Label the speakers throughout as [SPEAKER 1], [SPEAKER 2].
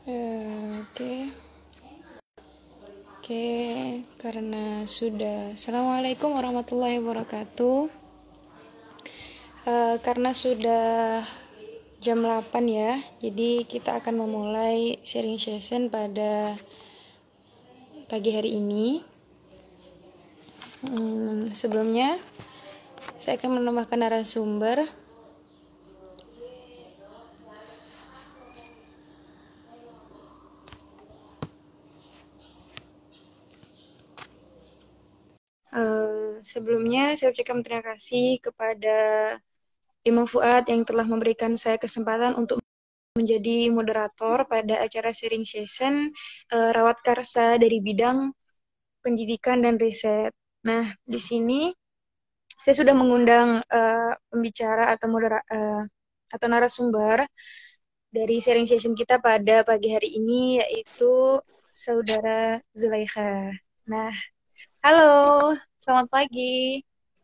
[SPEAKER 1] Oke, oke, karena sudah. Assalamualaikum warahmatullahi wabarakatuh. Karena sudah jam 8 ya, jadi kita akan memulai sharing session pada pagi hari ini. Sebelumnya, saya akan menambahkan narasumber. Sebelumnya saya ucapkan terima kasih kepada Imam Fuad yang telah memberikan saya kesempatan untuk menjadi moderator pada acara sharing session Rawat Karsa dari bidang pendidikan dan riset. Nah, di sini saya sudah mengundang pembicara atau narasumber dari sharing session kita pada pagi hari ini, yaitu Saudara Zulaikha. Nah, halo, selamat pagi.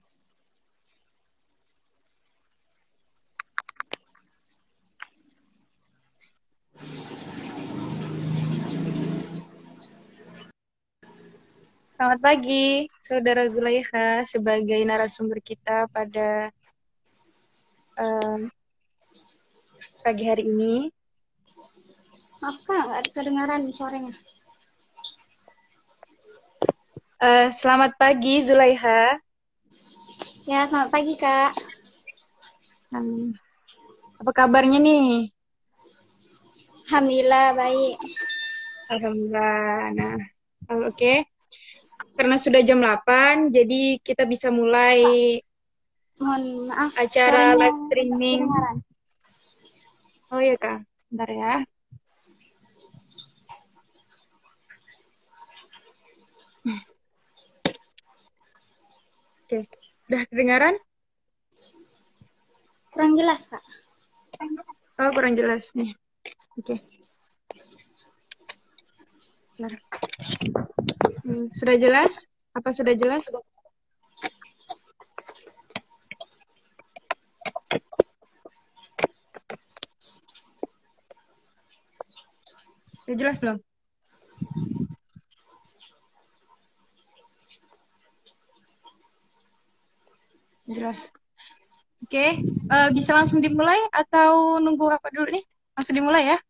[SPEAKER 1] Selamat pagi, Saudara Zulaikha, sebagai narasumber kita pada pagi hari ini.
[SPEAKER 2] Maaf Kak, nggak kedengaran suaranya.
[SPEAKER 1] Selamat pagi, Zulaikha.
[SPEAKER 2] Ya, selamat pagi Kak.
[SPEAKER 1] Apa kabarnya nih?
[SPEAKER 2] Alhamdulillah baik.
[SPEAKER 1] Alhamdulillah. Nah, oke. Karena sudah jam 8, jadi kita bisa mulai
[SPEAKER 2] Mohon maaf,
[SPEAKER 1] acara
[SPEAKER 2] suaranya
[SPEAKER 1] live streaming.
[SPEAKER 2] kedengaran.
[SPEAKER 1] Oh iya, Kak. Bentar ya. Oke. Udah kedengaran?
[SPEAKER 2] Kurang jelas Kak.
[SPEAKER 1] Oh, kurang jelas nih. Oke. Bentar. Sudah jelas? Apa sudah jelas? Sudah jelas belum? Jelas. Oke, bisa langsung dimulai atau nunggu apa dulu nih? Langsung dimulai ya.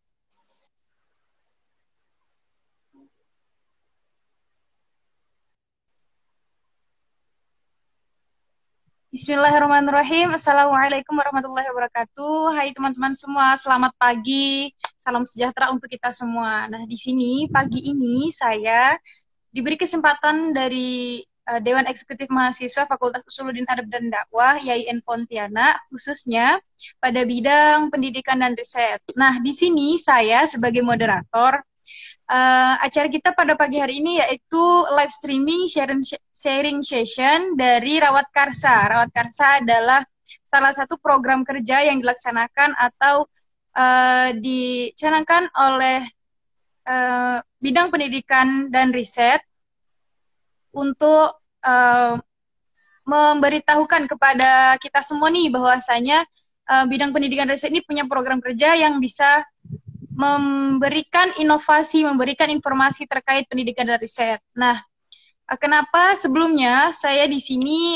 [SPEAKER 1] Bismillahirrahmanirrahim. Assalamualaikum warahmatullahi wabarakatuh. Hai teman-teman semua, selamat pagi. Salam sejahtera untuk kita semua. Nah, di sini pagi ini saya diberi kesempatan dari Dewan Eksekutif Mahasiswa Fakultas Usuluddin Adab dan Dakwah YIN Pontianak, khususnya pada bidang pendidikan dan riset. Nah, di sini saya sebagai moderator acara kita pada pagi hari ini yaitu live streaming sharing session dari Rawat Karsa. Rawat Karsa adalah salah satu program kerja yang dilaksanakan atau dicanangkan oleh bidang pendidikan dan riset untuk memberitahukan kepada kita semua nih bahwasanya bidang pendidikan dan riset ini punya program kerja yang bisa memberikan inovasi, memberikan informasi terkait pendidikan dan riset. Nah, kenapa sebelumnya saya di sini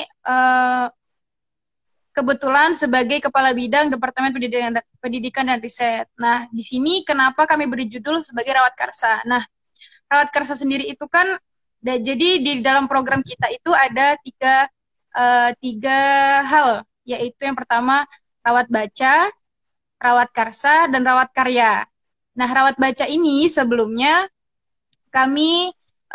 [SPEAKER 1] kebetulan sebagai Kepala Bidang Departemen Pendidikan dan Riset. Nah, di sini kenapa kami beri judul sebagai Rawat Karsa. Nah, Rawat Karsa sendiri itu kan, jadi di dalam program kita itu ada tiga hal, yaitu yang pertama rawat baca, rawat karsa, dan rawat karya. Nah, rawat baca ini sebelumnya kami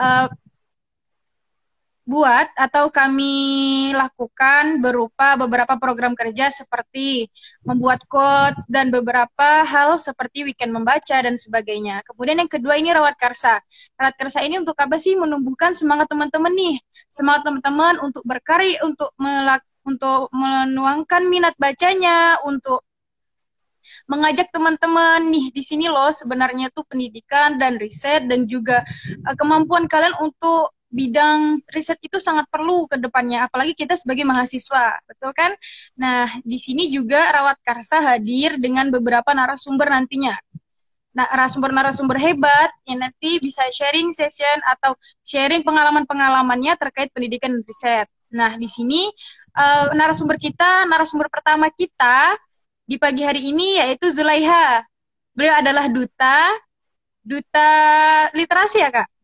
[SPEAKER 1] buat atau kami lakukan berupa beberapa program kerja seperti membuat quotes dan beberapa hal seperti weekend membaca dan sebagainya. Kemudian yang kedua ini rawat karsa. Rawat karsa ini untuk apa sih? Menumbuhkan semangat teman-teman nih. Semangat teman-teman untuk berkarya, untuk menuangkan minat bacanya, untuk mengajak teman-teman nih di sini loh sebenarnya tuh pendidikan dan riset dan juga kemampuan kalian untuk bidang riset itu sangat perlu ke depannya, apalagi kita sebagai mahasiswa, betul kan? Nah, di sini juga Rawat Karsa hadir dengan beberapa narasumber nantinya. narasumber-narasumber hebat yang nanti bisa sharing session atau sharing pengalaman-pengalamannya terkait pendidikan dan riset. Nah, di sini narasumber pertama kita di pagi hari ini yaitu Zulaiha. Beliau adalah duta literasi ya, Kak?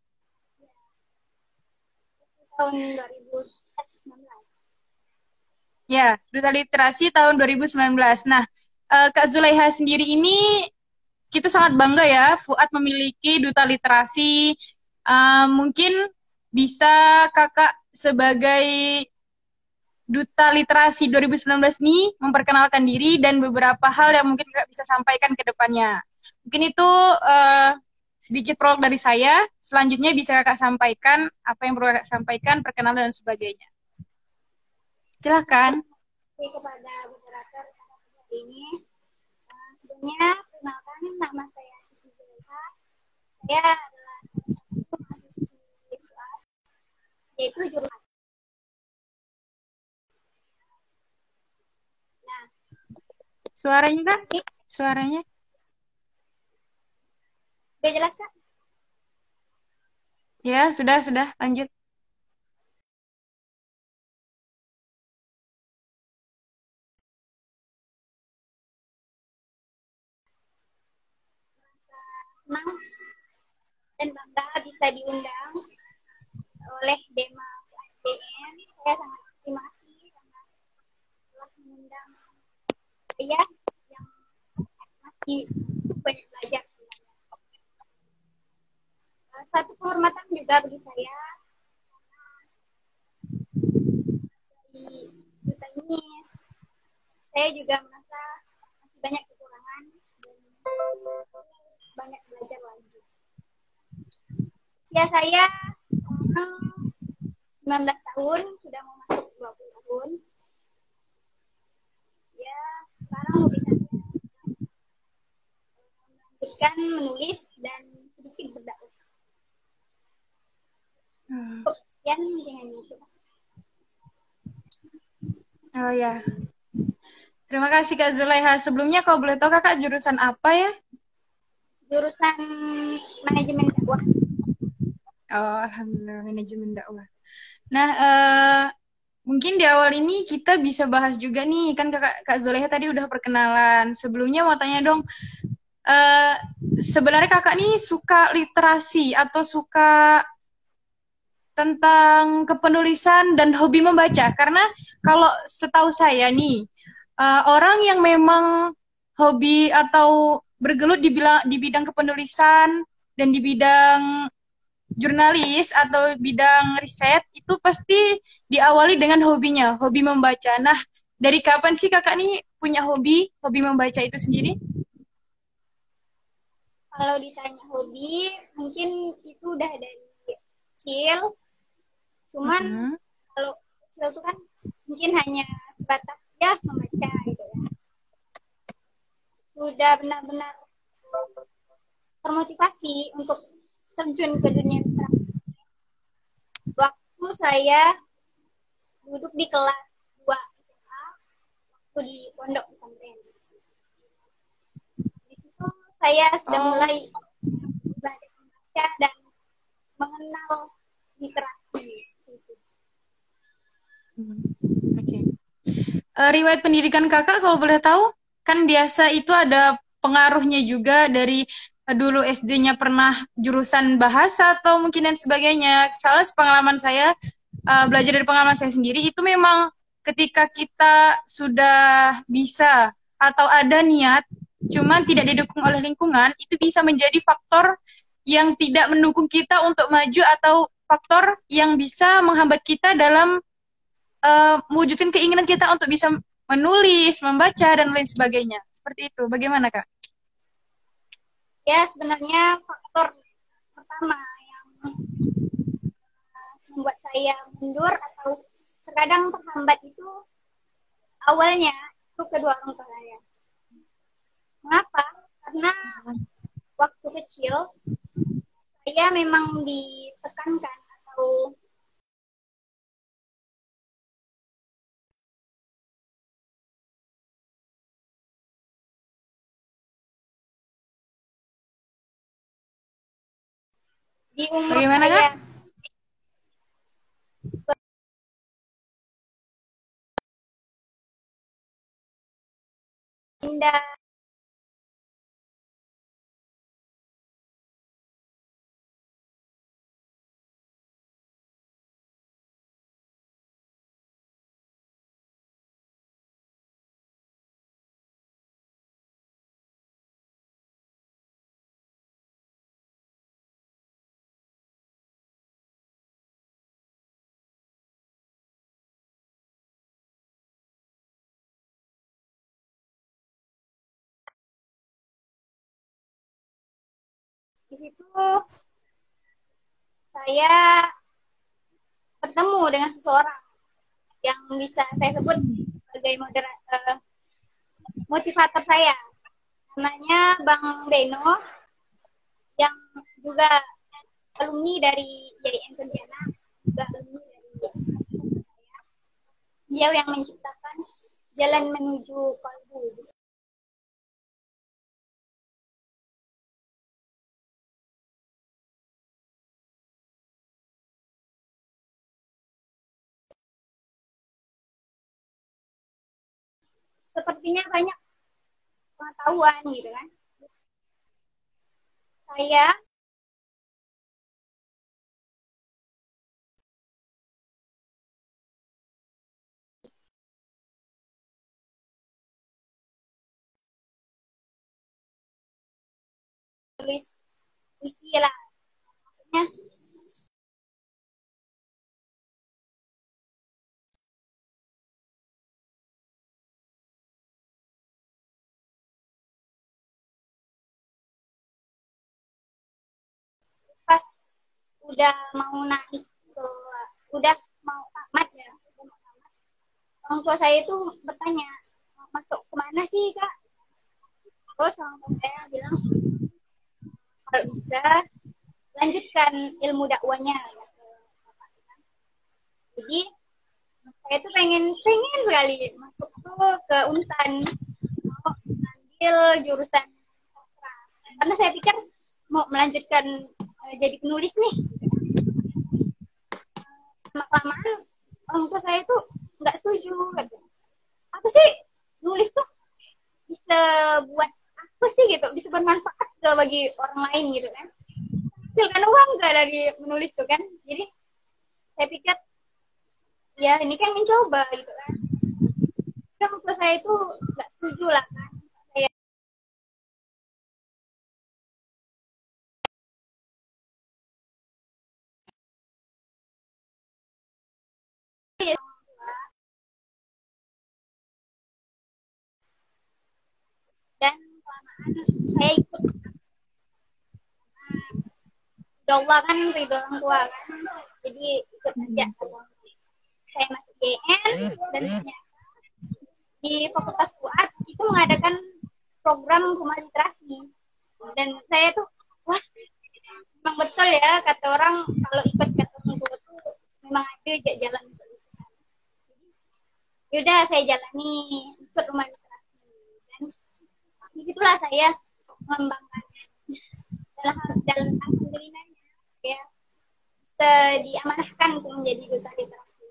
[SPEAKER 2] Tahun 2019.
[SPEAKER 1] Ya, duta literasi tahun 2019. Nah, Kak Zulaiha sendiri ini kita sangat bangga ya, Fuad memiliki duta literasi. Mungkin bisa kakak sebagai duta literasi 2019 ini memperkenalkan diri dan beberapa hal yang mungkin kakak bisa sampaikan ke depannya. Mungkin itu sedikit prolog dari saya. Selanjutnya bisa kakak sampaikan apa yang perlu kakak sampaikan, perkenalan dan sebagainya. Silahkan.
[SPEAKER 2] Kepada moderator hari ini, sebelumnya perkenalkan nama saya Siti Zulaiha. Saya adalah mahasiswa yaitu jurusan. Nah,
[SPEAKER 1] Suaranya Kak? Suaranya?
[SPEAKER 2] udah jelas Kak?
[SPEAKER 1] Ya, sudah, lanjut.
[SPEAKER 2] Senang dan bangga bisa diundang oleh Dema UNDN. Saya sangat terima kasih karena telah mengundang saya yang masih banyak belajar sebenarnya. Satu kehormatan juga bagi saya di duta ini. Saya juga merasa masih banyak kekurangan dan banyak belajar lagi. Usia saya 19 tahun, sudah mau masuk 20 tahun. Ya, sekarang hobi saya melanjutkan menulis dan sedikit berdakwah. Sekian dengan itu.
[SPEAKER 1] Oh ya. Terima kasih Kak Zulaiha. Sebelumnya kalau boleh tahu Kakak jurusan apa ya?
[SPEAKER 2] Jurusan manajemen dakwah.
[SPEAKER 1] Oh, alhamdulillah manajemen dakwah. Nah, mungkin di awal ini kita bisa bahas juga nih, kan Kak Zulaiha tadi udah perkenalan. Sebelumnya mau tanya dong, sebenarnya Kakak nih suka literasi atau suka tentang kepenulisan dan hobi membaca? Karena kalau setahu saya nih, orang yang memang hobi atau bergelut di bidang kepenulisan dan di bidang jurnalis atau bidang riset itu pasti diawali dengan hobinya, hobi membaca. Nah, dari kapan sih kakak nih punya hobi membaca itu sendiri?
[SPEAKER 2] Kalau ditanya hobi, mungkin itu udah dari kecil. Cuman kalau kecil itu kan mungkin hanya sebatas ya membaca gitu ya. Sudah benar-benar termotivasi untuk terjun ke dunia literasi waktu saya duduk di kelas 2 SMA waktu di pondok pesantren. Di situ saya sudah mulai belajar membaca dan mengenal literasi.
[SPEAKER 1] Oke. Riwayat pendidikan kakak kalau boleh tahu, kan biasa itu ada pengaruhnya juga dari dulu SD-nya pernah jurusan bahasa atau mungkin dan sebagainya. Soalnya pengalaman saya, belajar dari pengalaman saya sendiri, itu memang ketika kita sudah bisa atau ada niat, cuman tidak didukung oleh lingkungan, itu bisa menjadi faktor yang tidak mendukung kita untuk maju atau faktor yang bisa menghambat kita dalam mewujudkan keinginan kita untuk bisa menulis, membaca, dan lain sebagainya. Seperti itu. Bagaimana, Kak?
[SPEAKER 2] Ya, sebenarnya faktor pertama yang membuat saya mundur atau terkadang terhambat itu awalnya itu kedua orang tua saya. Mengapa? Karena waktu kecil saya memang ditekankan atau Di umur
[SPEAKER 1] Bagaimana Kak?
[SPEAKER 2] saya pindah. Di situ saya bertemu dengan seseorang yang bisa saya sebut sebagai motivator saya. Namanya Bang Beno, yang juga alumni dari IAIN Pontianak, juga alumni dari dia yang menciptakan jalan menuju kalbu. Sepertinya banyak pengetahuan gitu kan. Saya tulis puisi lah, maksudnya pas udah mau naik ke udah mau tamat ya, orang tua saya itu bertanya, masuk kemana sih kak? Terus orang tua saya bilang kalau bisa lanjutkan ilmu dakwanya. Jadi saya tuh pengen sekali masuk tuh ke Untan, mau ambil jurusan sastra, karena saya pikir mau melanjutkan jadi penulis nih. Lama-lamaan orang tua saya tuh nggak setuju, gitu. Apa sih nulis tuh bisa buat apa sih gitu, bisa bermanfaat ke bagi orang lain gitu kan, hasilkan uang gak dari menulis tuh kan. Jadi saya pikir ya ini kan mencoba gitu kan. Kan orang tua saya itu nggak setuju lah kan. Saya dan kelamaan saya ikut doa kan, ridho orang tua kan, jadi ikut aja. Saya masuk YN dan ternyata di Fakultas Fuad itu mengadakan program rumah literasi, dan saya tuh wah, memang betul ya kata orang, kalau ikut kata orang tua tuh memang ada jalan. Yaudah saya jalani ikut rumah literasi, dan disitulah saya mengembangkan dalam alhamdulillahnya ya bisa diamanahkan untuk menjadi duta literasi.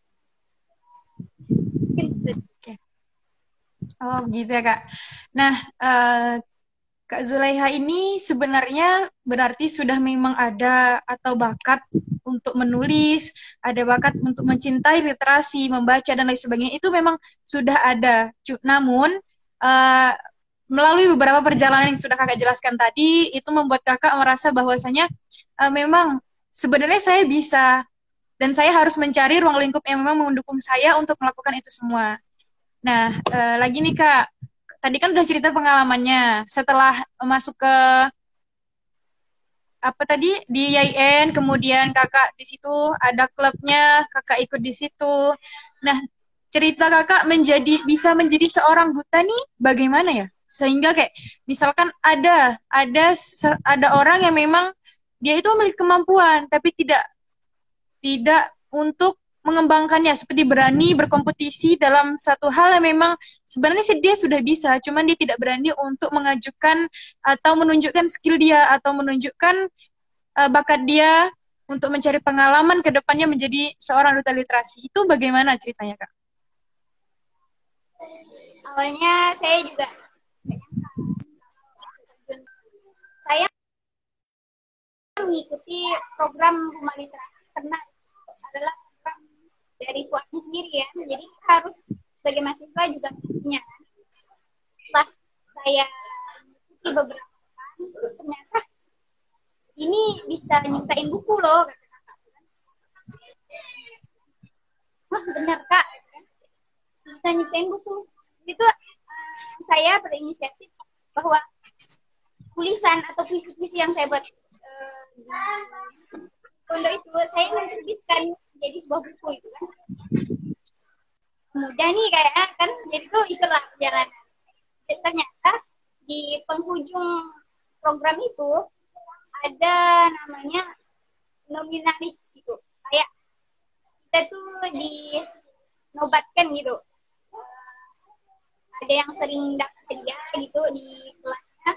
[SPEAKER 2] Mungkin seperti
[SPEAKER 1] Oke. Oh, begitu ya, Kak. Nah, Kak Zulaiha ini sebenarnya berarti sudah memang ada atau bakat untuk menulis, ada bakat untuk mencintai literasi, membaca, dan lain sebagainya. Itu memang sudah ada. Namun, eh, melalui beberapa perjalanan yang sudah Kakak jelaskan tadi, itu membuat Kakak merasa bahwasanya memang sebenarnya saya bisa, dan saya harus mencari ruang lingkup yang memang mendukung saya untuk melakukan itu semua. Nah, lagi nih Kak, tadi kan udah cerita pengalamannya. Setelah masuk ke apa tadi di YIN, kemudian Kakak di situ ada klubnya, Kakak ikut di situ. Nah, cerita Kakak bisa menjadi seorang duta nih bagaimana ya? Sehingga kayak misalkan ada orang yang memang dia itu memiliki kemampuan tapi tidak untuk mengembangkannya, seperti berani berkompetisi dalam satu hal yang memang sebenarnya sih dia sudah bisa, cuman dia tidak berani untuk mengajukan atau menunjukkan skill dia atau menunjukkan bakat dia untuk mencari pengalaman ke depannya menjadi seorang duta literasi. Itu bagaimana ceritanya, Kak?
[SPEAKER 2] Awalnya saya juga saya mengikuti program rumah literasi karena itu adalah program dari tuannya sendiri ya. Jadi harus sebagai mahasiswa juga punya. Setelah saya mengikuti beberapa bulan, ternyata ini bisa nyiptain buku loh, kata kakak. Wah benar kak, bisa nyiptain buku. Itu saya berinisiatif bahwa tulisan atau puisi-puisi yang saya buat di pondok itu saya menerbitkan jadi sebuah buku itu kan. Mudah nih kayaknya kan, jadi tuh itulah perjalanan. Ternyata di penghujung program itu ada namanya nominalis gitu, kayak kita tuh dinobatkan gitu. Ada yang sering dapat hadiah gitu di kelasnya.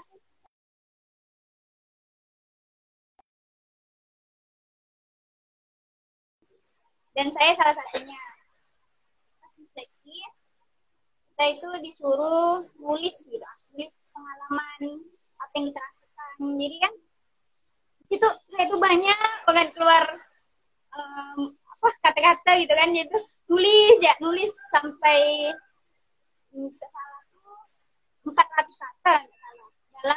[SPEAKER 2] Dan saya salah satunya. Pas seleksi, kita itu disuruh nulis gitu, nulis pengalaman apa yang kita rasakan. Jadi kan situ saya tuh banyak banget keluar apa kata-kata gitu kan, jadi nulis ya, nulis sampai 400 kata dalam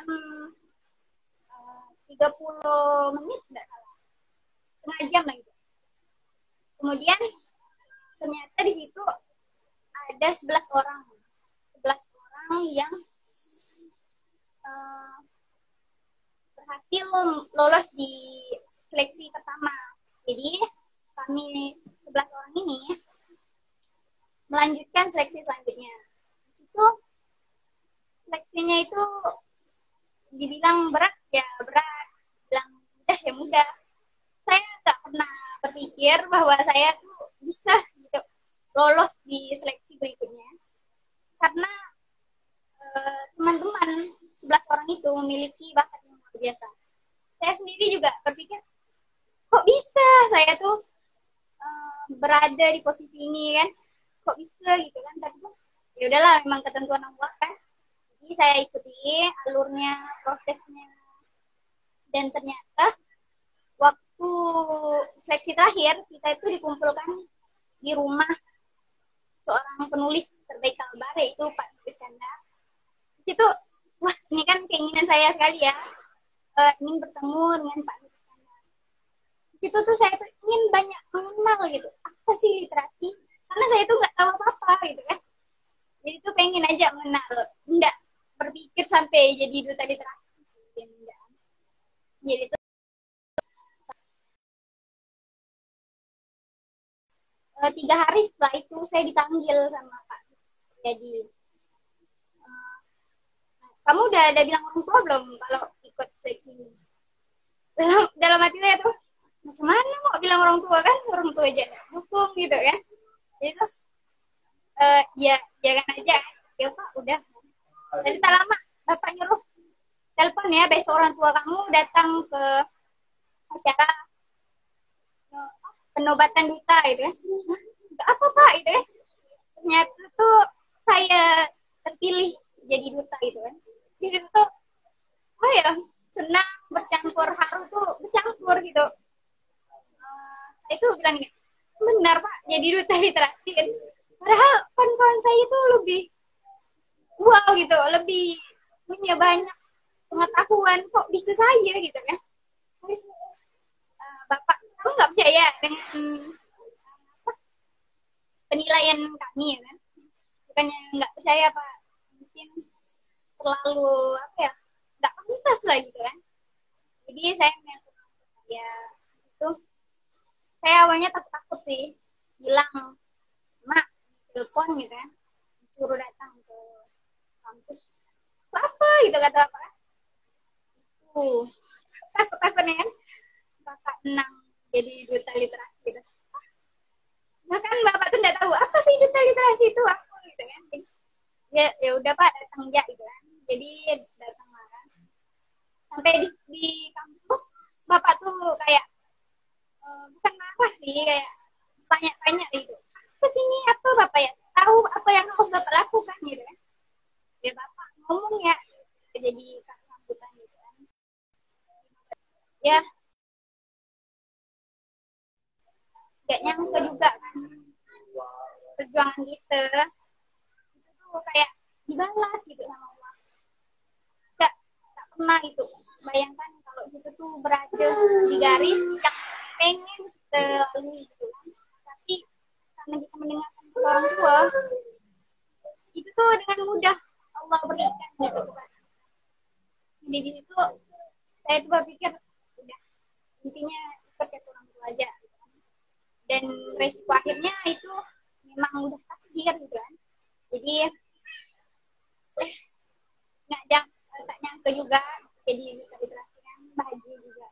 [SPEAKER 2] 30 menit enggak salah, setengah jam lah gitu. Kemudian ternyata di situ ada 11 orang yang berhasil lolos di seleksi pertama. Jadi kami 11 orang ini melanjutkan seleksi selanjutnya. Di situ seleksinya itu dibilang berat ya berat, bilang mudah ya mudah. Saya nggak pernah berpikir bahwa saya tuh bisa gitu lolos di seleksi berikutnya, karena teman-teman 11 orang itu memiliki bakat yang luar biasa. Saya sendiri juga berpikir kok bisa saya tuh berada di posisi ini kan, kok bisa gitu kan. Tapi ya udahlah, memang ketentuan Allah kan. Jadi saya ikuti alurnya, prosesnya, dan ternyata waktu seleksi terakhir kita itu dikumpulkan di rumah seorang penulis terbaik Kalbar, yaitu Pak Iskandar. Di situ, wah ini kan keinginan saya sekali ya, ingin bertemu dengan Pak Iskandar. Di situ tuh saya tuh ingin banyak mengenal gitu, apa sih literasi, karena saya tuh nggak tahu apa-apa gitu kan. Jadi tuh pengen aja mengenal, enggak berpikir sampai jadi duta literasi. Enggak. Jadi tuh 3 hari setelah itu saya dipanggil sama Pak. Jadi kamu udah ada bilang orang tua belum kalau ikut seleksi ini? Dalam hati saya tuh, macam mana mau bilang orang tua kan, orang tua aja dukung gitu kan. Jadi tuh ya jangan aja, ya Pak udah. Jadi tak lama Bapak nyuruh telepon ya, besok orang tua kamu datang ke acara penobatan duta gitu ya. Gak apa Pak gitu ya. Ternyata tuh saya terpilih jadi duta gitu kan. Di situ tuh oh ya senang, bercampur haru tuh bercampur gitu. Saya itu bilang gini, benar Pak jadi duta literasi kan. Padahal kawan-kawan saya itu lebih wow gitu, lebih punya banyak pengetahuan, kok bisa saya gitu kan. Bapak kamu nggak percaya dengan penilaian kami ya kan? Bukannya nggak percaya Pak, mungkin terlalu apa ya, nggak pantas lah gitu kan. Jadi saya ya itu saya awalnya takut sih, bilang mak telepon gitu kan, disuruh datang ke kampus apa gitu kata bapak. Takut-takutnya kan bapak menang jadi duta literasi gitu. Bahkan bapak tuh nggak tahu apa sih duta literasi itu apa gitu kan. Ya udah Pak datang aja gitu kan. Jadi datang lah kan. Sampai di kampus bapak tuh ya gak nyangka juga kan perjuangan kita itu tuh kayak dibalas gitu sama Allah. Gak pernah itu bayangkan kalau kita tuh berada di garis yang pengen kita lalui gitu kan, tapi karena kita mendengarkan kata orang tua itu tuh dengan mudah Allah berikan gitu kan. Jadi di situ saya tuh berpikir udah intinya ikut kata orang tua aja gitu kan. Dan resiko akhirnya itu memang udah takdir gitu kan. Jadi tak nyangka juga jadi bisa dijelaskan bahagia juga.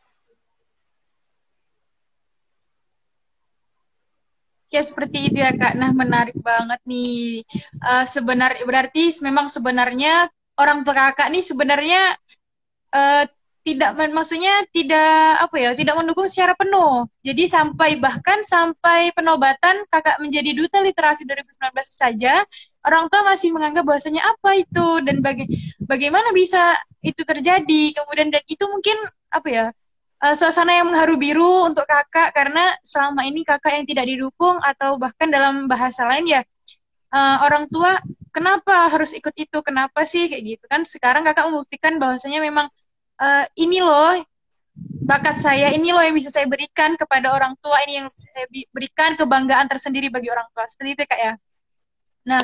[SPEAKER 1] Ya seperti itu ya Kak. Nah menarik banget nih. Sebenarnya berarti memang sebenarnya orang tua Kakak nih sebenarnya eh, tidak maksudnya tidak apa ya tidak mendukung secara penuh. Jadi bahkan sampai penobatan Kakak menjadi duta literasi 2019 saja orang tua masih menganggap bahwasanya apa itu dan bagaimana bisa itu terjadi. Kemudian dan itu mungkin apa ya suasana yang mengharu biru untuk kakak karena selama ini kakak yang tidak didukung atau bahkan dalam bahasa lain ya orang tua kenapa harus ikut itu kenapa sih kayak gitu kan sekarang kakak membuktikan bahwasanya memang ini loh bakat saya ini loh yang bisa saya berikan kepada orang tua ini yang saya berikan kebanggaan tersendiri bagi orang tua seperti itu kak ya. Nah,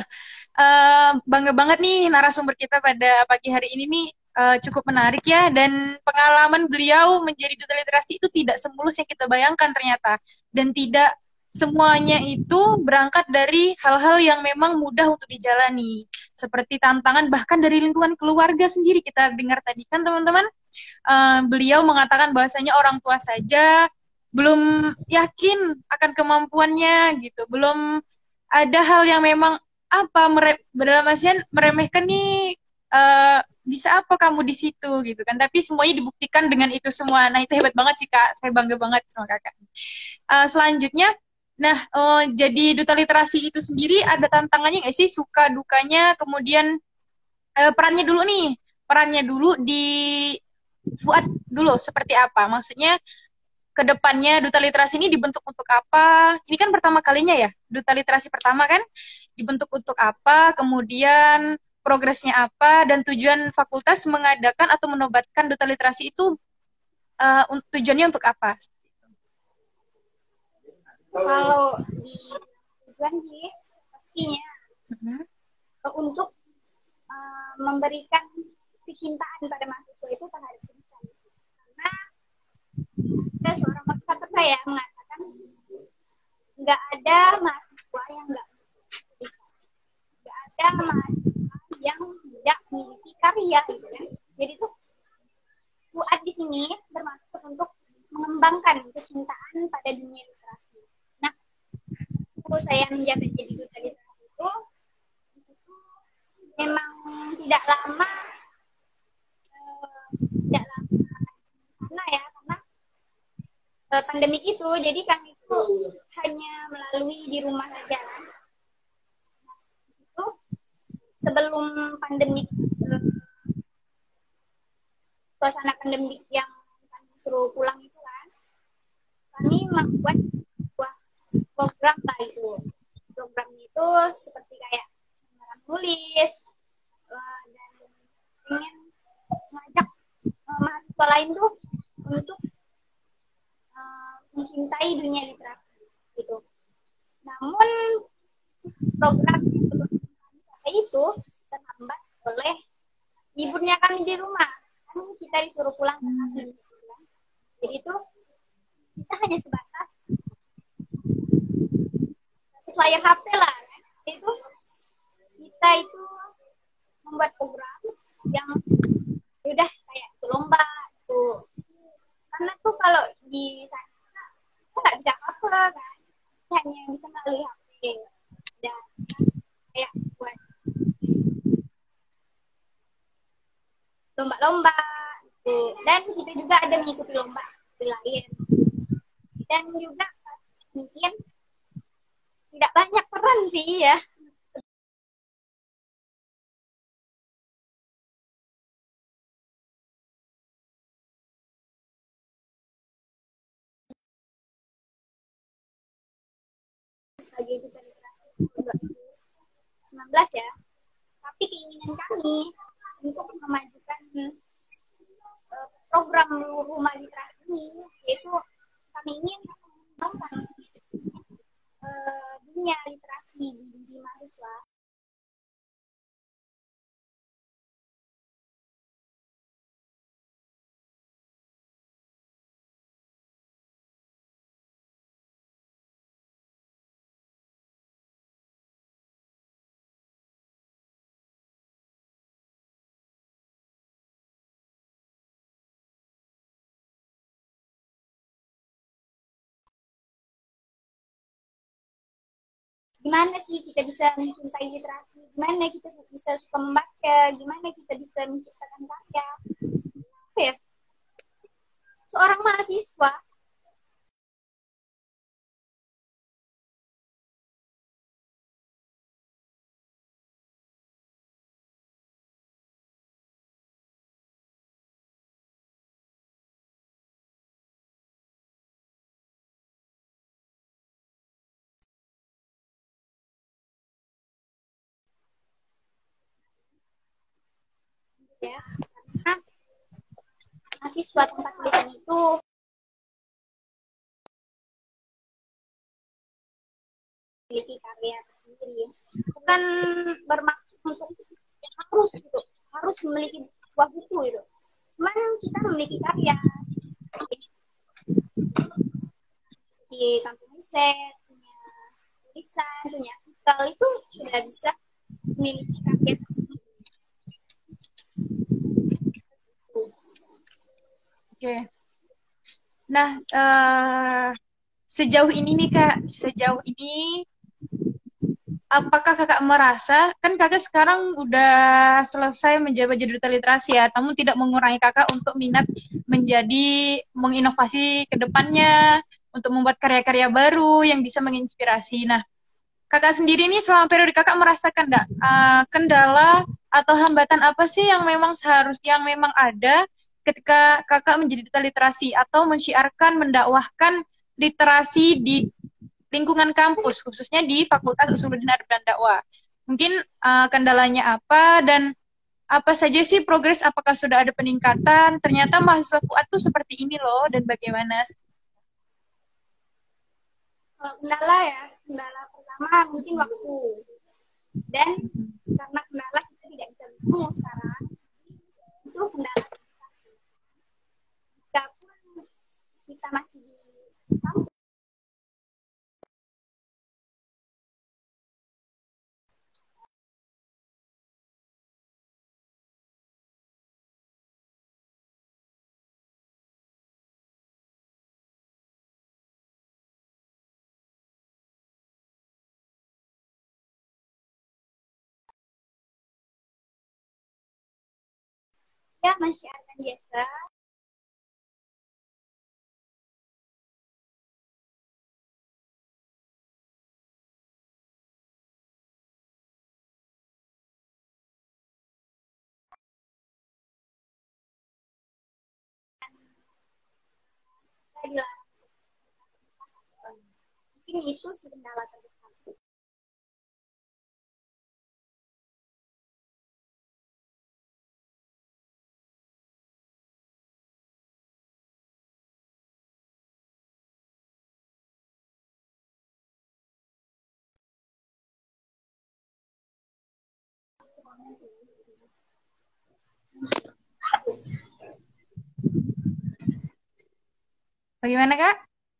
[SPEAKER 1] bangga banget nih narasumber kita pada pagi hari ini nih cukup menarik ya dan pengalaman beliau menjadi duta literasi itu tidak semulus yang kita bayangkan ternyata dan tidak semuanya itu berangkat dari hal-hal yang memang mudah untuk dijalani seperti tantangan bahkan dari lingkungan keluarga sendiri kita dengar tadi kan teman-teman beliau mengatakan bahwasanya orang tua saja belum yakin akan kemampuannya gitu belum ada hal yang memang apa dalam artian meremehkan nih bisa apa kamu di situ gitu kan tapi semuanya dibuktikan dengan itu semua nah itu hebat banget sih kak saya bangga banget sama kakak. Selanjutnya nah jadi duta literasi itu sendiri ada tantangannya nggak sih suka dukanya kemudian perannya dulu nih perannya dulu di Fuad dulu seperti apa maksudnya ke depannya duta literasi ini dibentuk untuk apa? Ini kan pertama kalinya ya, duta literasi pertama kan dibentuk untuk apa? Kemudian progresnya apa dan tujuan fakultas mengadakan atau menobatkan duta literasi itu tujuannya untuk apa?
[SPEAKER 2] Kalau di tujuan sih pastinya untuk memberikan kecintaan pada mahasiswa itu terhadap jurusan. Karena ada seorang motivator saya mengatakan nggak ada mahasiswa yang nggak bisa, nggak ada mahasiswa yang tidak memiliki karya gitu kan. Jadi tuh Fuad di sini bermaksud untuk mengembangkan kecintaan pada dunia literasi. Nah, waktu saya menjabat jadi duta literasi itu di situ memang tidak lama karena ya karena pandemik itu jadi kami itu hanya melalui di rumah saja kan. Nah, itu sebelum pandemik suasana pandemik yang kami suruh pulang itu kan kami membuat sebuah program lah itu programnya itu seperti kayak seminar nulis dan ingin mengajak mahasiswa lain tuh untuk mencintai dunia literasi gitu. Namun program yang belum kami capai itu terhambat oleh liburnya kami di rumah. Kan kita disuruh pulang kan. Jadi itu kita hanya sebatas layar HP lah kan. Itu kita itu membuat program yang udah kayak lomba itu karena tuh kalau di sana kita nggak bisa apa kan hanya bisa melalui HP dan kayak buat lomba-lomba gitu. Dan kita juga ada mengikuti lomba di lain dan juga mungkin tidak banyak peran sih ya sebagai duta literasi 2019 ya. Tapi keinginan kami untuk memajukan program rumah literasi ini, yaitu kami ingin mengembangkan dunia literasi di diri mahasiswa. Gimana sih kita bisa mencintai literasi, gimana kita bisa suka membaca, gimana kita bisa menciptakan karya. Apa ya? Seorang mahasiswa ya, karena mahasiswa tempat tulisan itu memiliki karya sendiri, bukan bermaksud untuk harus memiliki sebuah buku itu. Cuman kita memiliki karya di kampung riset, punya tulisan, punya artikel, itu sudah bisa memiliki karya.
[SPEAKER 1] Oke. Nah, sejauh ini nih Kak, apakah Kakak merasa, kan Kakak sekarang udah selesai menjabat jadi duta literasi ya, namun tidak mengurangi Kakak untuk minat menginovasi ke depannya, untuk membuat karya-karya baru yang bisa menginspirasi. Nah, Kakak sendiri nih selama periode Kakak merasakan enggak kendala atau hambatan apa sih yang memang ada ketika Kakak menjadi duta literasi atau mensyiarkan, mendakwahkan literasi di lingkungan kampus, khususnya di Fakultas Usuluddin Adab dan Dakwah. Mungkin kendalanya apa dan apa saja sih progres, apakah sudah ada peningkatan? Ternyata mahasiswa Fuad tuh seperti ini loh, dan bagaimana?
[SPEAKER 2] Kendala pertama mungkin waktu. Dan karena kendala kita tidak bisa bertemu sekarang, itu kendala terbesar. Jika pun kita masih di kampus, ya mensyiarkan jasa mungkin itu kendala terbesar.
[SPEAKER 1] Bagaimana Kak?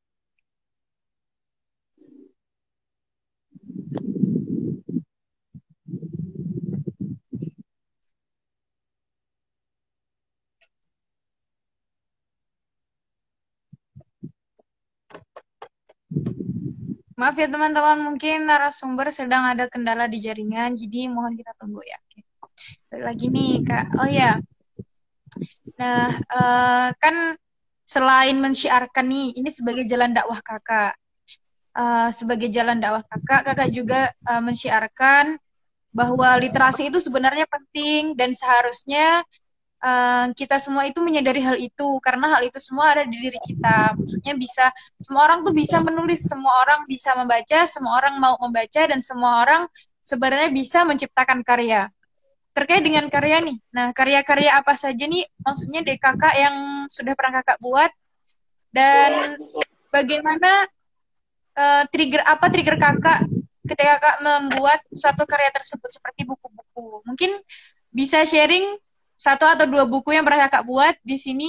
[SPEAKER 1] Maaf ya teman-teman, mungkin narasumber sedang ada kendala di jaringan, jadi mohon kita tunggu ya. Oke. Balik lagi nih Kak. Oh ya, nah kan selain mensyiarkan nih, ini sebagai jalan dakwah Kakak. Sebagai jalan dakwah Kakak juga mensyiarkan bahwa literasi itu sebenarnya penting dan seharusnya kita semua itu menyadari hal itu karena hal itu semua ada di diri kita. Maksudnya bisa semua orang tuh bisa menulis, semua orang bisa membaca, semua orang mau membaca dan semua orang sebenarnya bisa menciptakan karya. Terkait dengan karya nih. Nah, karya-karya apa saja nih maksudnya dari kakak yang sudah pernah kakak buat dan bagaimana trigger kakak ketika kakak membuat suatu karya tersebut seperti buku-buku. Mungkin bisa sharing satu atau dua buku yang pernah kakak buat di sini.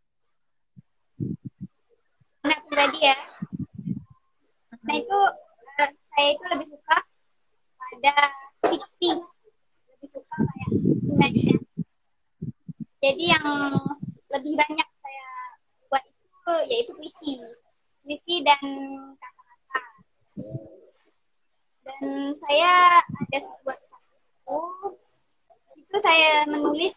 [SPEAKER 2] Nah, pribadi ya. Nah, itu saya itu lebih suka pada fiksi. Lebih suka kayak image. Jadi yang lebih banyak saya buat itu yaitu puisi. Puisi dan kata-kata. Dan saya ada buat satu situ saya menulis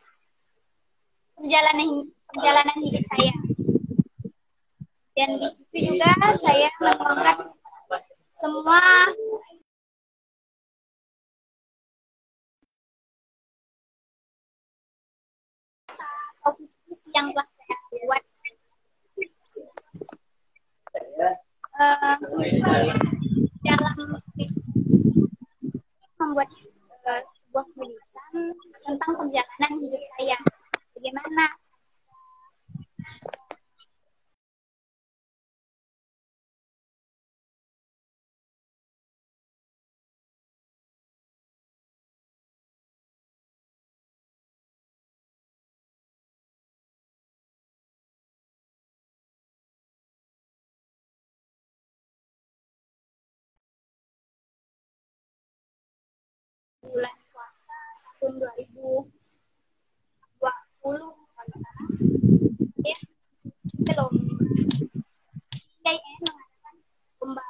[SPEAKER 2] perjalanan hidup saya. Dan di situ juga saya menuangkan semua atau visi yang telah saya buat. Dalam membuat sebuah tulisan tentang perjalanan hidup saya. Bagaimana bulan puasa tahun 2020 ya belum IAIN mengadakan lomba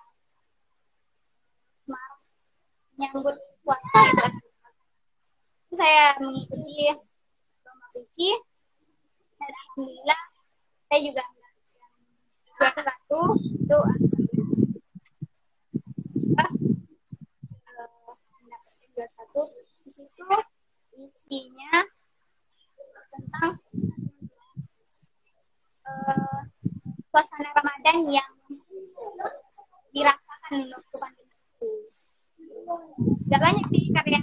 [SPEAKER 2] Semarang menyambut puasa itu saya mengikuti lomba puisi dan alhamdulillah saya juga juara satu itu mendapatkan juara satu di situ isinya tentang suasana Ramadan yang dirasakan waktu pandemi itu. Gak banyak sih karya.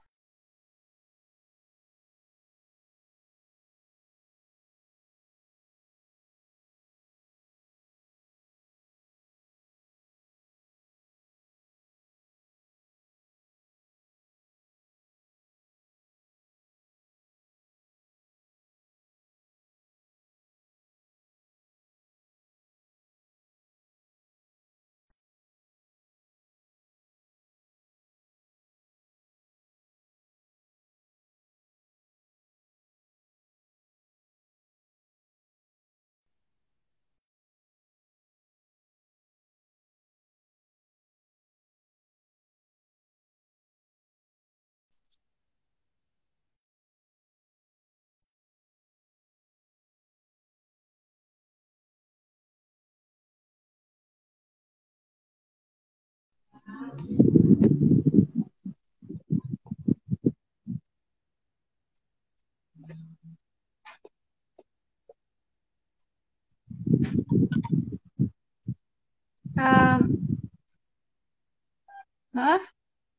[SPEAKER 1] Maaf,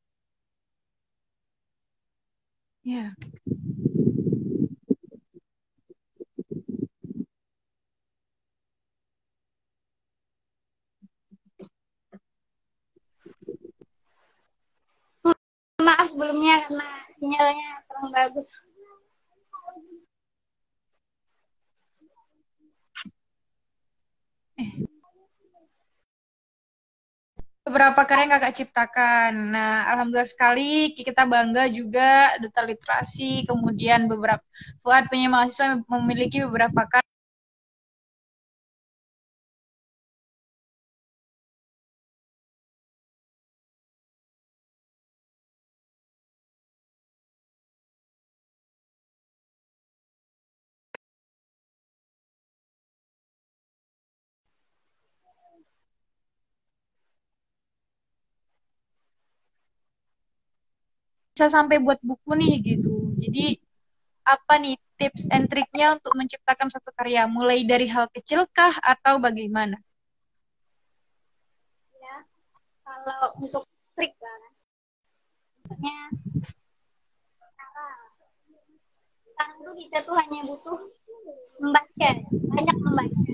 [SPEAKER 1] ya.
[SPEAKER 2] Maaf sebelumnya karena sinyalnya kurang bagus.
[SPEAKER 1] Beberapa karya yang kakak ciptakan. Nah, alhamdulillah sekali kita bangga juga duta literasi, kemudian beberapa Fuad punya mahasiswa yang memiliki beberapa karya. Bisa sampai buat buku nih gitu. Jadi apa nih tips and triknya untuk menciptakan suatu karya? Mulai dari hal kecil kah atau bagaimana?
[SPEAKER 2] Ya, kalau untuk trik lah, maksudnya cara. Sekarang tuh kita tuh hanya butuh membaca, banyak membaca.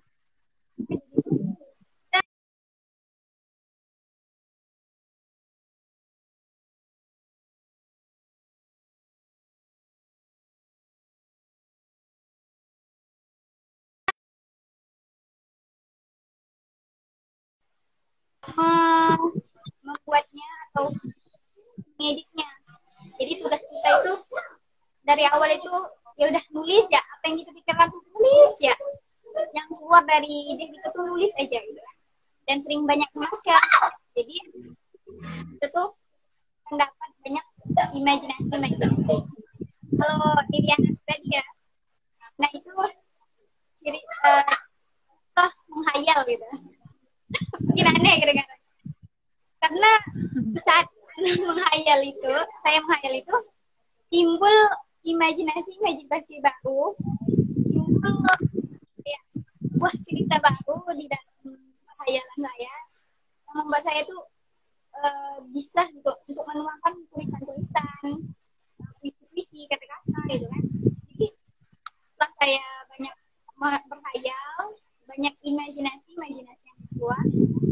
[SPEAKER 2] Membuatnya atau mengeditnya. Jadi tugas kita itu dari awal itu ya udah nulis ya, apa yang kita pikirkan tuh nulis ya, yang keluar dari ide kita tuh nulis aja gitu kan. Dan sering banyak membaca, jadi itu tuh mendapat banyak imajinasi. Kalau Iriana tadi ya, nah itu ciri menghayal gitu. Mungkin aneh kedengaran, karena saat saya menghayal itu timbul imajinasi baru, timbul ya, buah cerita baru di dalam khayalan saya yang membuat saya tuh bisa untuk menuangkan tulisan-tulisan, puisi-puisi, kata-kata gitu kan. Jadi setelah saya banyak berhayal, banyak imajinasi yang keluar,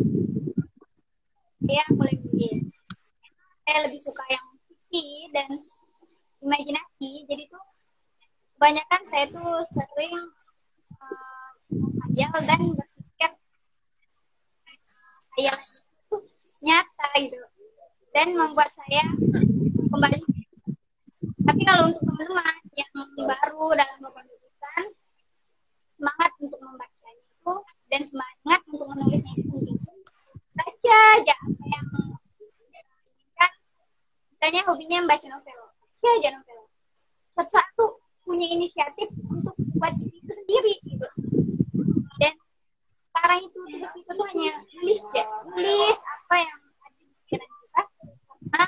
[SPEAKER 2] saya mulai menulis. Saya lebih suka yang fiksi dan imajinasi, jadi tuh kebanyakan saya tuh sering menghayal dan berpikir hayalan itu nyata gitu dan membuat saya kembali. Tapi kalau untuk teman-teman yang baru dalam penulisan, semangat untuk membacanya itu dan semangat untuk menulisnya itu penting. Baca aja apa yang inginkan. Misalnya hobinya membaca novel, baca aja novel. Suatu saat tuh punya inisiatif untuk buat cerita sendiri gitu. Dan sekarang itu tugas kita tuh hanya nulis ya, nulis apa yang ada di pikiran kita, karena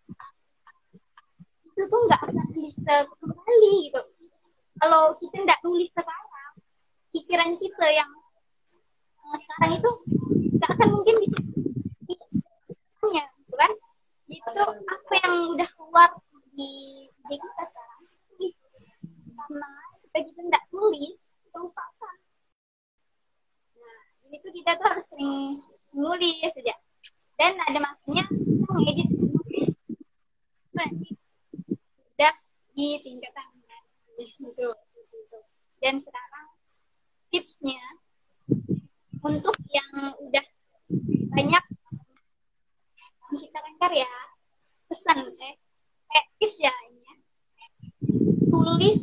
[SPEAKER 2] itu tuh nggak akan bisa kembali gitu. Kalau kita nggak nulis sekarang, pikiran kita yang sekarang itu nggak akan mungkin bisa punya gitu kan. Itu apa yang udah keluar di ide kita sekarang, tulis. Karena kita nggak tulis, lupakan. Nah, jadi tuh kita tuh harus sering nulis saja. Dan ada masanya kita mengedit semua. Nanti udah di tingkatan gitu. Dan sekarang tipsnya untuk yang udah banyak menciptakan karya, pesan tips ya ini ya. Tulis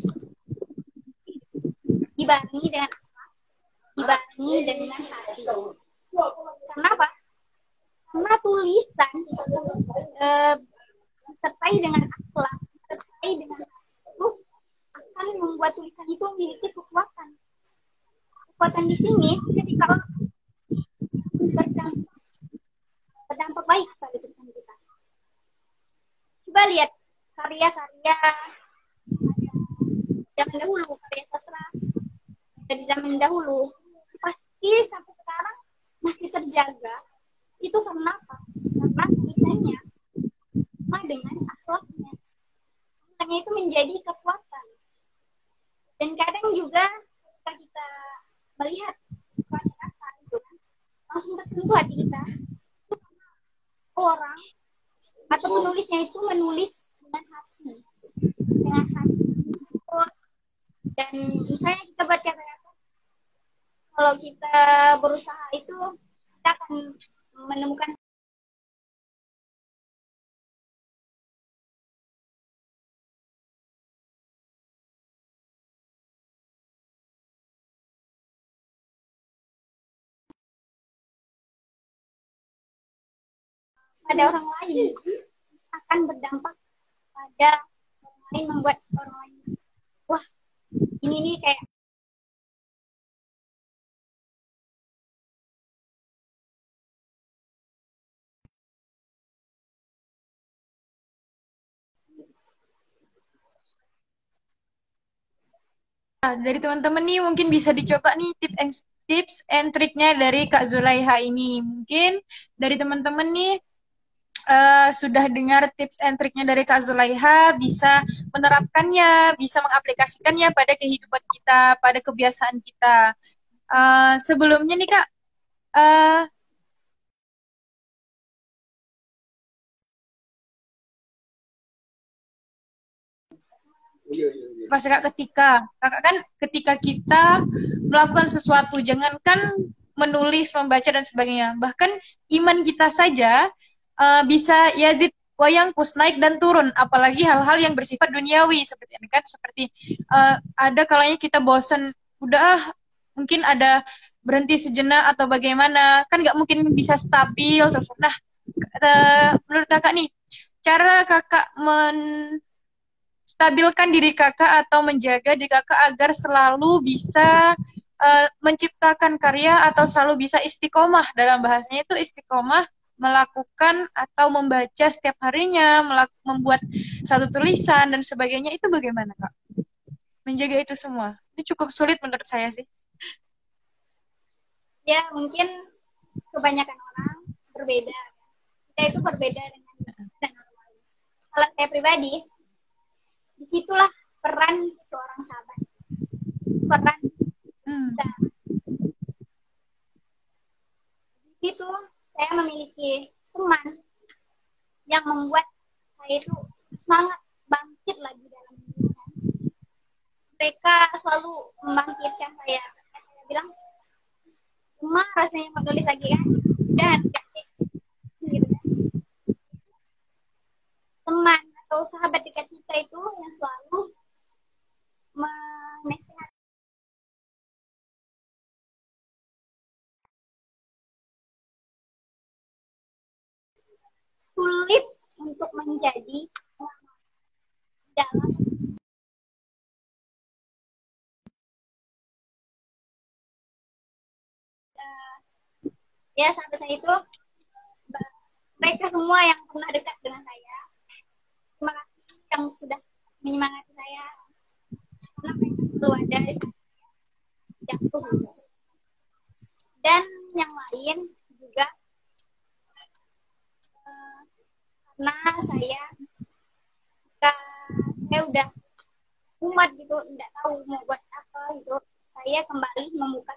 [SPEAKER 2] dibarengi dengan apa? Dibarengi dengan hati. Kenapa? Karena tulisan disertai dengan akhlak, disertai dengan itu akan membuat tulisan itu memiliki kekuatan. Kekuatan di sini ketika berdampak baik pada tulisan kita. Coba lihat karya-karya zaman dahulu, karya sastra dari zaman dahulu, pasti sampai sekarang masih terjaga. Itu karena apa? Karena tulisannya sama dengan akhlaknya. Akhlaknya itu menjadi kekuatan. Dan kadang juga ketika kita melihat kata-kata itu kan, langsung tersentuh hati kita. Orang atau penulisnya itu menulis dengan hati, dan misalnya kita baca kata-kata, kalau kita berusaha itu kita akan menemukan pada orang lain, akan berdampak pada orang lain, membuat orang lain, wah ini nih kayak
[SPEAKER 1] Dari teman-teman nih mungkin bisa dicoba nih tips and triknya dari Kak Zulaiha ini. Mungkin dari teman-teman nih sudah dengar tips and triknya dari Kak Zulaiha, bisa menerapkannya, bisa mengaplikasikannya pada kehidupan kita, pada kebiasaan kita. Sebelumnya nih Kak, uh, pas kakak kan ketika kita melakukan sesuatu, jangankan menulis, membaca dan sebagainya, bahkan iman kita saja bisa yazid wayangkus, naik dan turun, apalagi hal-hal yang bersifat duniawi seperti ini kan, seperti ada kalanya kita bosan, udah mungkin ada berhenti sejenak atau bagaimana, kan nggak mungkin bisa stabil terus. Nah, menurut kakak nih, cara kakak stabilkan diri kakak atau menjaga diri kakak agar selalu bisa menciptakan karya atau selalu bisa istiqomah, dalam bahasanya itu istiqomah melakukan atau membaca setiap harinya, membuat satu tulisan dan sebagainya, itu bagaimana Kak? Menjaga itu semua. Itu cukup sulit menurut saya sih.
[SPEAKER 2] Ya, mungkin kebanyakan orang berbeda. Kita itu berbeda dengan orang lain. Kalau saya pribadi, disitulah peran seorang sahabat. Peran kita. Di situ saya memiliki teman yang membuat saya itu semangat bangkit lagi dalam tulisan. Mereka selalu membangkitkan saya. Saya bilang, cuma rasanya mau nulis lagi kan? Dan gitu kan. Teman atau sahabat dekat kita itu yang selalu menasihati. Sulit untuk menjadi dalam ya sampai saya itu mereka semua yang pernah dekat dengan saya, terima kasih yang sudah menyemangati saya karena mereka selalu ada di saat jatuh. Dan yang lain juga karena saya udah umat gitu, nggak tahu mau buat apa gitu, saya kembali membuka.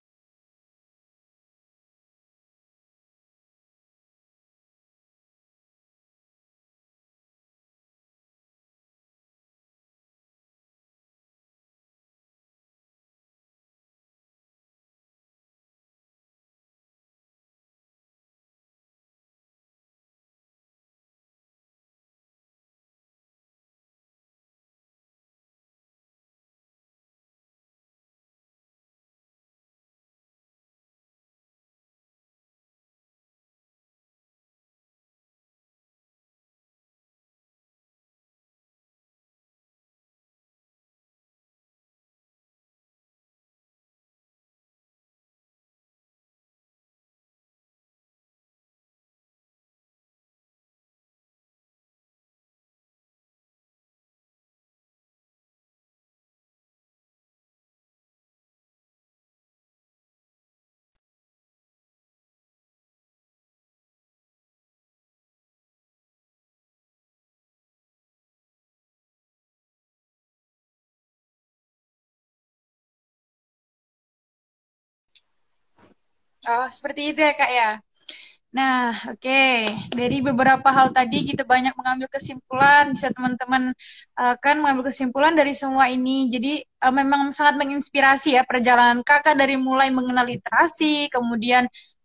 [SPEAKER 1] Oh, seperti itu ya Kak ya. Nah, oke. Dari beberapa hal tadi kita banyak mengambil kesimpulan, bisa teman-teman kan mengambil kesimpulan dari semua ini. Jadi memang sangat menginspirasi ya perjalanan Kakak dari mulai mengenal literasi, kemudian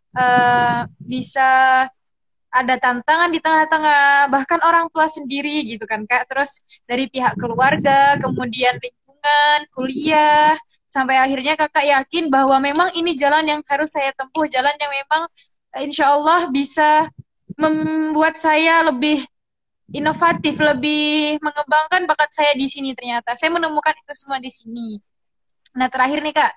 [SPEAKER 1] bisa ada tantangan di tengah-tengah, bahkan orang tua sendiri gitu kan Kak. Terus dari pihak keluarga, kemudian lingkungan, kuliah, sampai akhirnya Kakak yakin bahwa memang ini jalan yang harus saya tempuh, jalan yang memang insya Allah bisa membuat saya lebih inovatif, lebih mengembangkan bakat saya di sini ternyata. Saya menemukan itu semua di sini. Nah, terakhir nih Kak,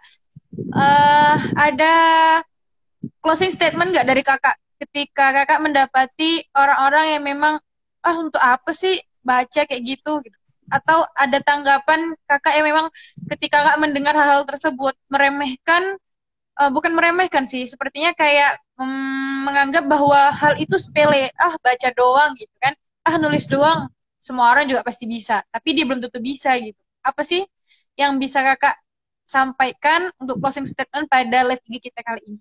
[SPEAKER 1] ada closing statement nggak dari Kakak ketika Kakak mendapati orang-orang yang memang, untuk apa sih baca kayak gitu? atau ada tanggapan kakak yang memang ketika kakak mendengar hal-hal tersebut meremehkan, bukan meremehkan sih, sepertinya kayak menganggap bahwa hal itu sepele, baca doang gitu kan, nulis doang, semua orang juga pasti bisa, tapi dia belum tentu bisa gitu. Apa sih yang bisa kakak sampaikan untuk closing statement pada live IG kita kali ini?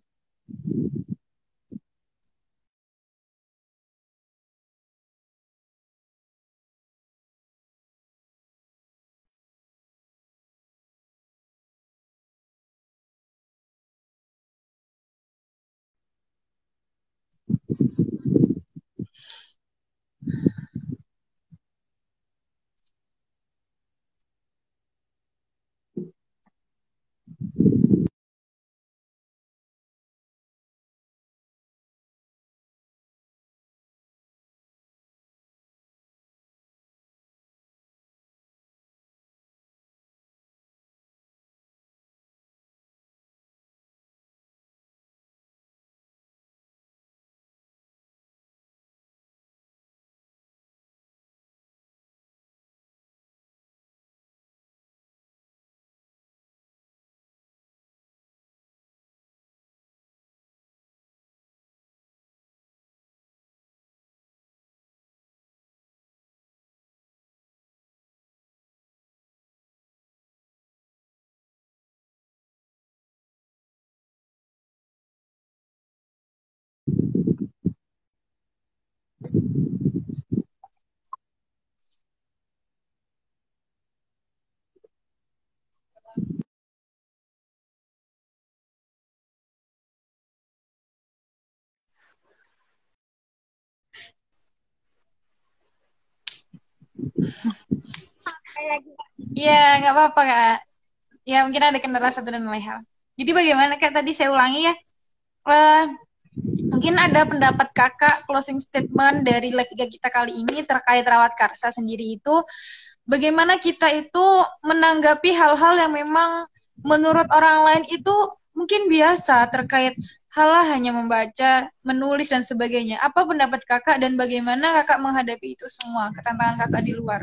[SPEAKER 2] Kayak gitu.
[SPEAKER 1] Iya, nggak apa-apa kak. Ya mungkin ada kendala satu dan lain hal. Jadi bagaimana kak, tadi saya ulangi ya. Eh, Mungkin ada pendapat kakak closing statement dari live kita kali ini terkait rawat karsa sendiri itu, bagaimana kita itu menanggapi hal-hal yang memang menurut orang lain itu mungkin biasa, terkait hal hanya membaca, menulis dan sebagainya. Apa pendapat kakak dan bagaimana kakak menghadapi itu semua, ketantangan kakak di luar?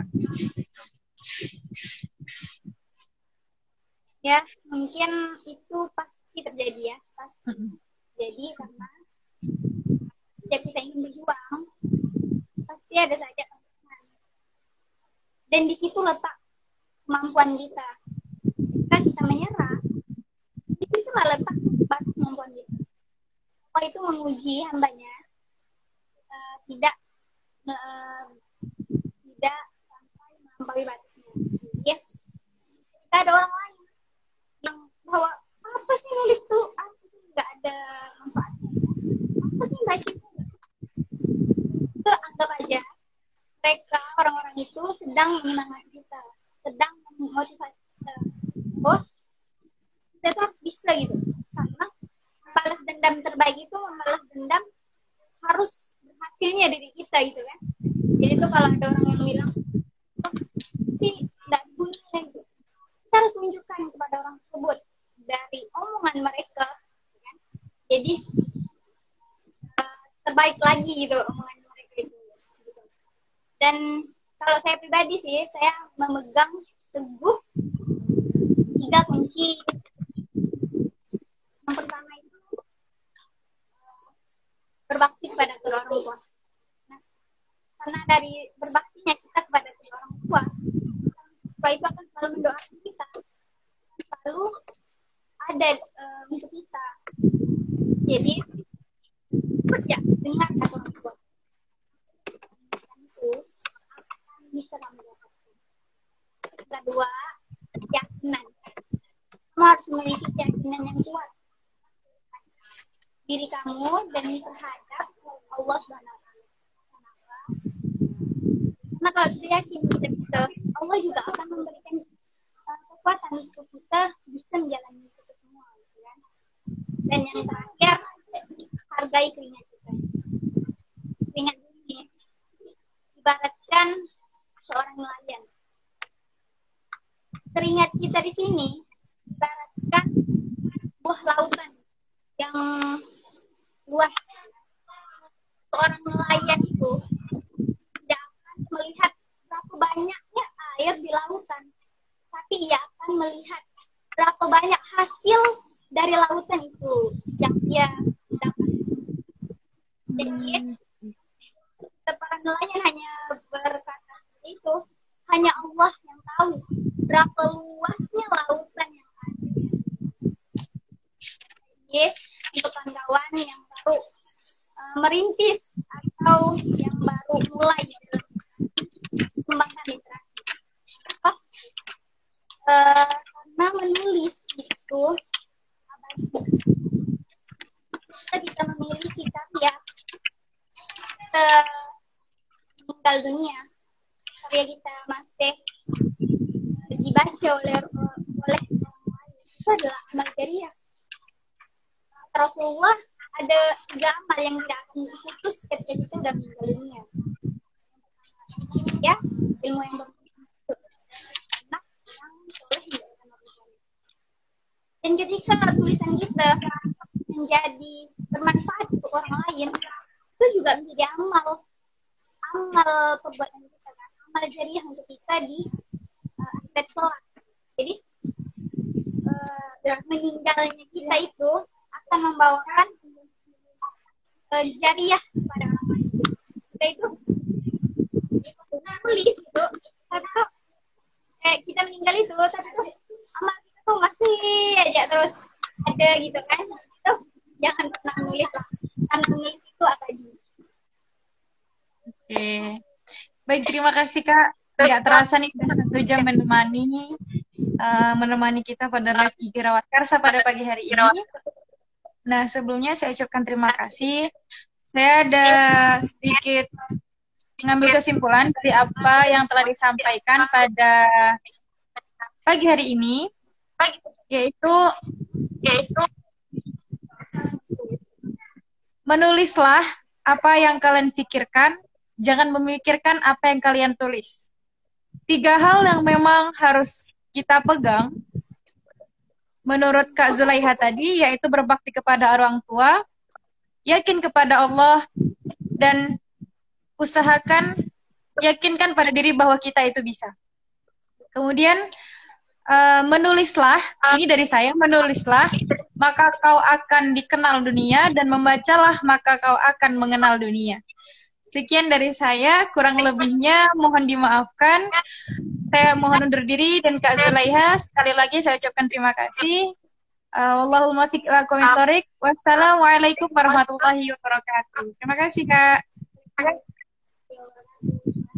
[SPEAKER 2] Ya, mungkin itu pasti terjadi ya, pasti. Jadi karena setiap kita ingin berjuang, pasti ada saja tantangan. Dan di situ letak kemampuan kita. Ketika kita menyerah, di situlah letak batas kemampuan kita. Allah itu menguji hambanya, tidak tidak sampai melampaui batasnya. Jadi, ketika ada orang lain yang bahwa apa sih nulis tuh, apa sih nggak ada manfaatnya, apa sih baca itu, anggap aja mereka orang-orang itu sedang menyemangati kita, sedang memotivasi kita. Oh, kita tuh harus bisa gitu, karena balas dendam terbaik itu membalas dendam harus berhasilnya dari kita gitu kan. Jadi tuh kalau ada orang yang bilang oh, ini nggak guna gitu, kita harus tunjukkan kepada orang tersebut dari omongan mereka gitu kan. Jadi terbaik lagi gitu omongan mereka itu gitu. Dan kalau saya pribadi sih, saya memegang teguh 3 kunci. Yang pertama itu berbakti kepada kedua orang tua. Nah, karena dari berbaktinya kita kepada kedua orang tua itu akan selalu mendoakan kita, selalu ada untuk kita. Jadi ya dengar kata orang tua itu akan bisa kamu dapatkan. Kedua, keyakinan. Kamu harus memiliki keyakinan yang kuat diri kamu dan terhadap Allah Subhanahu wa taala. Kenapa? Karena kalau kita yakin kita bisa, Allah juga akan memberikan kekuatan untuk kita bisa menjalani itu semua, gitu kan? Dan yang terakhir, hargai keringat kita. Keringat ini ibaratkan seorang nelayan. Keringat kita di sini ibaratkan sebuah lautan yang luas. Seorang nelayan itu tidak akan melihat berapa banyaknya air di lautan, tapi ia akan melihat berapa banyak hasil dari lautan itu yang ia dapat. Jadi para nelayan hanya berkata itu, hanya Allah yang tahu berapa luasnya lautan yang ada. Jadi untuk kawan-kawan yang baru merintis atau yang baru mulai mengembangkan literasi, karena menulis itu kita bisa memiliki karya meninggal dunia, karya kita masih dibaca oleh orang lain, itu adalah amal jariah. Rasulullah ada 3 amal yang tidak akan diputus ketika kita sudah meninggal dunia. Ya, ilmu yang bermanfaat, anak yang soleh menjadikan orang soleh. Dan ketika tulisan kita menjadi bermanfaat untuk orang lain, itu juga menjadi amal perbuatan kita, kan? Amal jariah untuk kita di akhirat kelak. Jadi meninggalnya kita itu akan membawakan jariah kepada orang lain. Kita itu tulis itu, tapi tuh kita meninggal itu, tapi tuh amal kita tuh masih aja terus ada gitu kan. Itu jangan pernah nulis lah, karena nulis itu abadi.
[SPEAKER 1] Oke. Baik, terima kasih Kak. Nggak terasa nih udah 1 jam menemani kita pada live IG Rawat Karsa pada pagi hari ini. Nah, sebelumnya saya ucapkan terima kasih. Saya ada sedikit mengambil kesimpulan dari apa yang telah disampaikan pada pagi hari ini, yaitu menulislah apa yang kalian pikirkan, jangan memikirkan apa yang kalian tulis. 3 hal yang memang harus kita pegang menurut Kak Zulaiha tadi, yaitu berbakti kepada orang tua, yakin kepada Allah, dan usahakan yakinkan pada diri bahwa kita itu bisa. Kemudian menulislah, ini dari saya, menulislah, maka kau akan dikenal dunia, dan membacalah, maka kau akan mengenal dunia. Sekian dari saya, kurang lebihnya mohon dimaafkan. Saya mohon undur diri, dan Kak Zulaiha, sekali lagi saya ucapkan terima kasih. Wallahul muwaffiq ila aqwamit thoriq. Wassalamualaikum warahmatullahi wabarakatuh. Terima kasih, Kak.